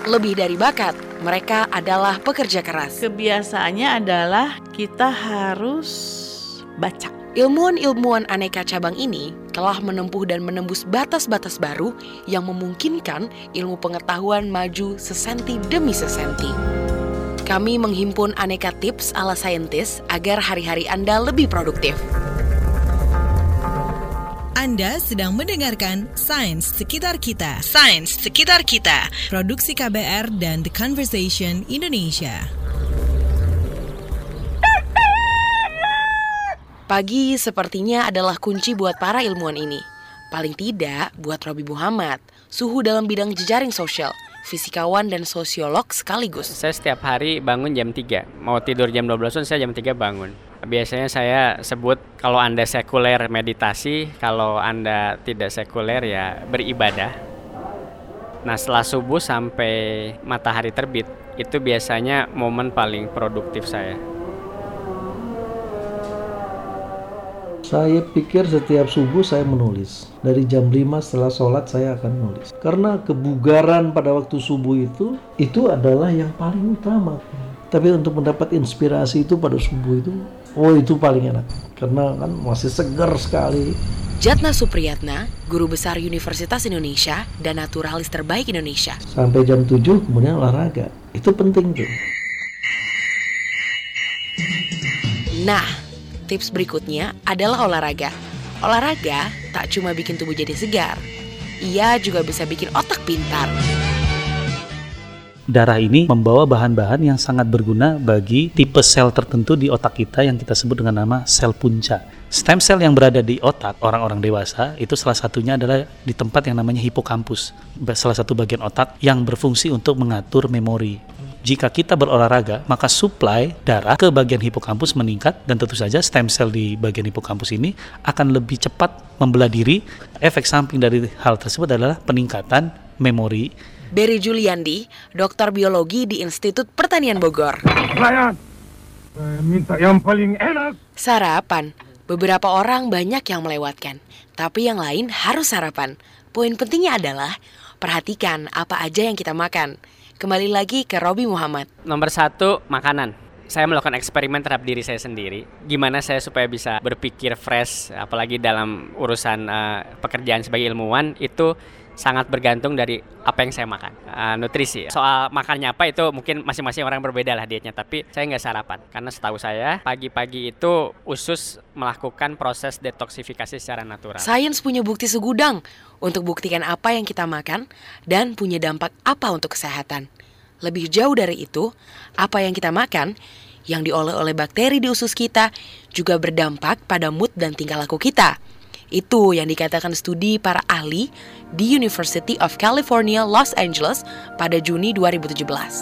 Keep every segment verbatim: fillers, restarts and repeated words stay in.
Lebih dari bakat, mereka adalah pekerja keras. Kebiasaannya adalah kita harus baca. Ilmuwan-ilmuwan aneka cabang ini telah menempuh dan menembus batas-batas baru yang memungkinkan ilmu pengetahuan maju sesenti demi sesenti. Kami menghimpun aneka tips ala saintis agar hari-hari Anda lebih produktif. Anda sedang mendengarkan Sains Sekitar Kita. Sains Sekitar Kita. Produksi K B R dan The Conversation Indonesia. Pagi sepertinya adalah kunci buat para ilmuwan ini. Paling tidak buat Robi Muhammad, suhu dalam bidang jejaring sosial, fisikawan dan sosiolog sekaligus. Saya setiap hari bangun jam tiga. Mau tidur jam dua belas pun saya jam tiga bangun. Biasanya saya sebut kalau Anda sekuler meditasi, kalau Anda tidak sekuler ya beribadah. Nah, setelah subuh sampai matahari terbit, itu biasanya momen paling produktif saya. Saya pikir setiap subuh saya menulis. Dari jam lima setelah sholat saya akan menulis. Karena kebugaran pada waktu subuh itu, itu adalah yang paling utama. Tapi untuk mendapat inspirasi itu pada subuh itu, oh itu paling enak. Karena kan masih segar sekali. Jatna Supriyatna, guru besar Universitas Indonesia dan naturalis terbaik Indonesia. Sampai jam tujuh kemudian olahraga. Itu penting tuh. Nah, tips berikutnya adalah olahraga. Olahraga tak cuma bikin tubuh jadi segar, ia juga bisa bikin otak pintar. Darah ini membawa bahan-bahan yang sangat berguna bagi tipe sel tertentu di otak kita yang kita sebut dengan nama sel punca. Stem cell yang berada di otak orang-orang dewasa itu salah satunya adalah di tempat yang namanya hipokampus, salah satu bagian otak yang berfungsi untuk mengatur memori. Jika kita berolahraga, maka suplai darah ke bagian hipokampus meningkat dan tentu saja stem cell di bagian hipokampus ini akan lebih cepat membelah diri. Efek samping dari hal tersebut adalah peningkatan memori. Berry Juliandi, dokter biologi di Institut Pertanian Bogor. Ryan, minta yang paling enak. Sarapan. Beberapa orang banyak yang melewatkan, tapi yang lain harus sarapan. Poin pentingnya adalah perhatikan apa aja yang kita makan. Kembali lagi ke Robi Muhammad. Nomor satu, makanan. Saya melakukan eksperimen terhadap diri saya sendiri. Gimana saya supaya bisa berpikir fresh, apalagi dalam urusan uh, pekerjaan sebagai ilmuwan, itu sangat bergantung dari apa yang saya makan. Uh, nutrisi. Soal makannya apa itu mungkin masing-masing orang berbeda lah dietnya. Tapi saya nggak sarapan. Karena setahu saya pagi-pagi itu usus melakukan proses detoksifikasi secara natural. Sains punya bukti segudang untuk buktikan apa yang kita makan dan punya dampak apa untuk kesehatan. Lebih jauh dari itu, apa yang kita makan yang diolah oleh bakteri di usus kita juga berdampak pada mood dan tingkah laku kita. Itu yang dikatakan studi para ahli di University of California, Los Angeles pada Juni dua ribu tujuh belas.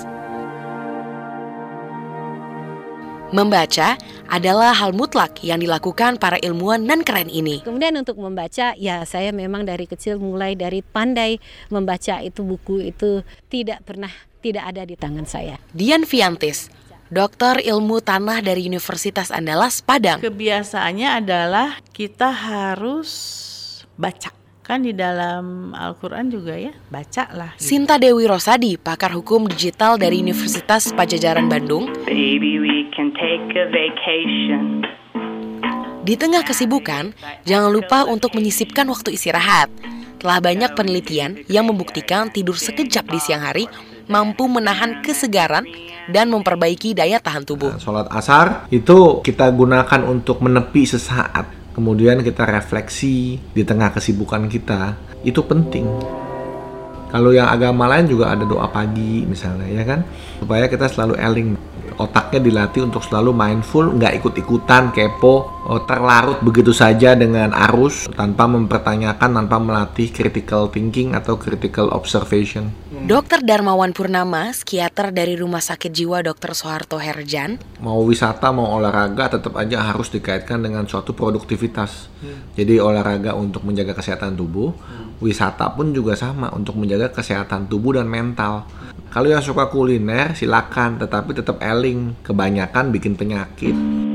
Membaca adalah hal mutlak yang dilakukan para ilmuwan nan keren ini. Kemudian untuk membaca, ya saya memang dari kecil mulai dari pandai membaca itu buku itu tidak pernah tidak ada di tangan saya. Dian Fiantis, doktor ilmu tanah dari Universitas Andalas, Padang. Kebiasaannya adalah kita harus baca. Kan di dalam Al-Quran juga ya, bacalah. Gitu. Sinta Dewi Rosadi, pakar hukum digital dari Universitas Padjadjaran Bandung. Baby, we can take a vacation. Di tengah kesibukan, jangan lupa untuk menyisipkan waktu istirahat. Telah banyak penelitian yang membuktikan tidur sekejap di siang hari mampu menahan kesegaran dan memperbaiki daya tahan tubuh. Sholat asar itu kita gunakan untuk menepi sesaat. Kemudian kita refleksi di tengah kesibukan kita, itu penting. Kalau yang agama lain juga ada doa pagi misalnya, ya kan? Supaya kita selalu eling, otaknya dilatih untuk selalu mindful, nggak ikut-ikutan, kepo, terlarut begitu saja dengan arus, tanpa mempertanyakan, tanpa melatih critical thinking atau critical observation. Dokter Darmawan Purnama, psikiater dari Rumah Sakit Jiwa Dokter Soeharto Herjan. Mau wisata, mau olahraga, tetap aja harus dikaitkan dengan suatu produktivitas. Hmm. Jadi olahraga untuk menjaga kesehatan tubuh, hmm. wisata pun juga sama untuk menjaga kesehatan tubuh dan mental. Kalau yang suka kuliner, silakan, tetapi tetap eling, kebanyakan bikin penyakit.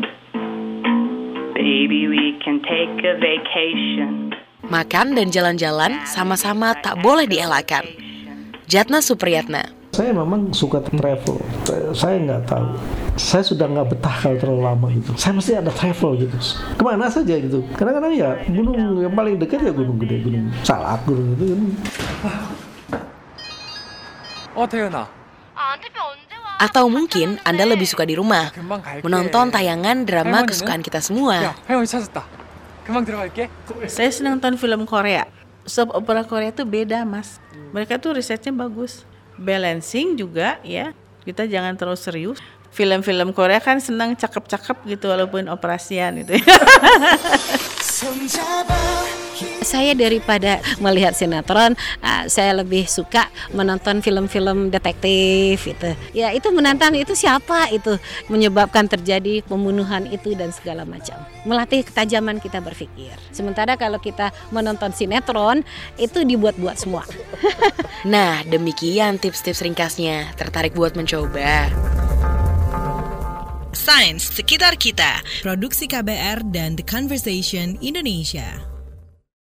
Baby, we can take a vacation. Makan dan jalan-jalan sama-sama tak boleh dielakkan. Jatna Supriyatna, Saya memang suka travel. Saya nggak tahu. Saya sudah nggak betah kalau terlalu lama gitu. Saya mesti ada travel gitu. Kemana saja gitu. Kadang-kadang ya gunung yang paling dekat ya gunung gede, gunung Salak, gunung itu kan. Oh, Teona. Atau mungkin Anda lebih suka di rumah, menonton tayangan drama kesukaan kita semua. Saya senang nonton film Korea. Soap opera Korea itu beda, Mas. Mereka tuh risetnya bagus. Balancing juga ya. Kita jangan terlalu serius. Film-film Korea kan senang cakep-cakep gitu walaupun operasian itu. Saya daripada melihat sinetron, uh, saya lebih suka menonton film-film detektif itu. Ya itu menantang, itu siapa itu menyebabkan terjadi pembunuhan itu dan segala macam. Melatih ketajaman kita berpikir. Sementara kalau kita menonton sinetron itu dibuat-buat semua. Nah, demikian tips-tips ringkasnya. Tertarik buat mencoba? Sains Sekitar Kita, produksi K B R dan The Conversation Indonesia.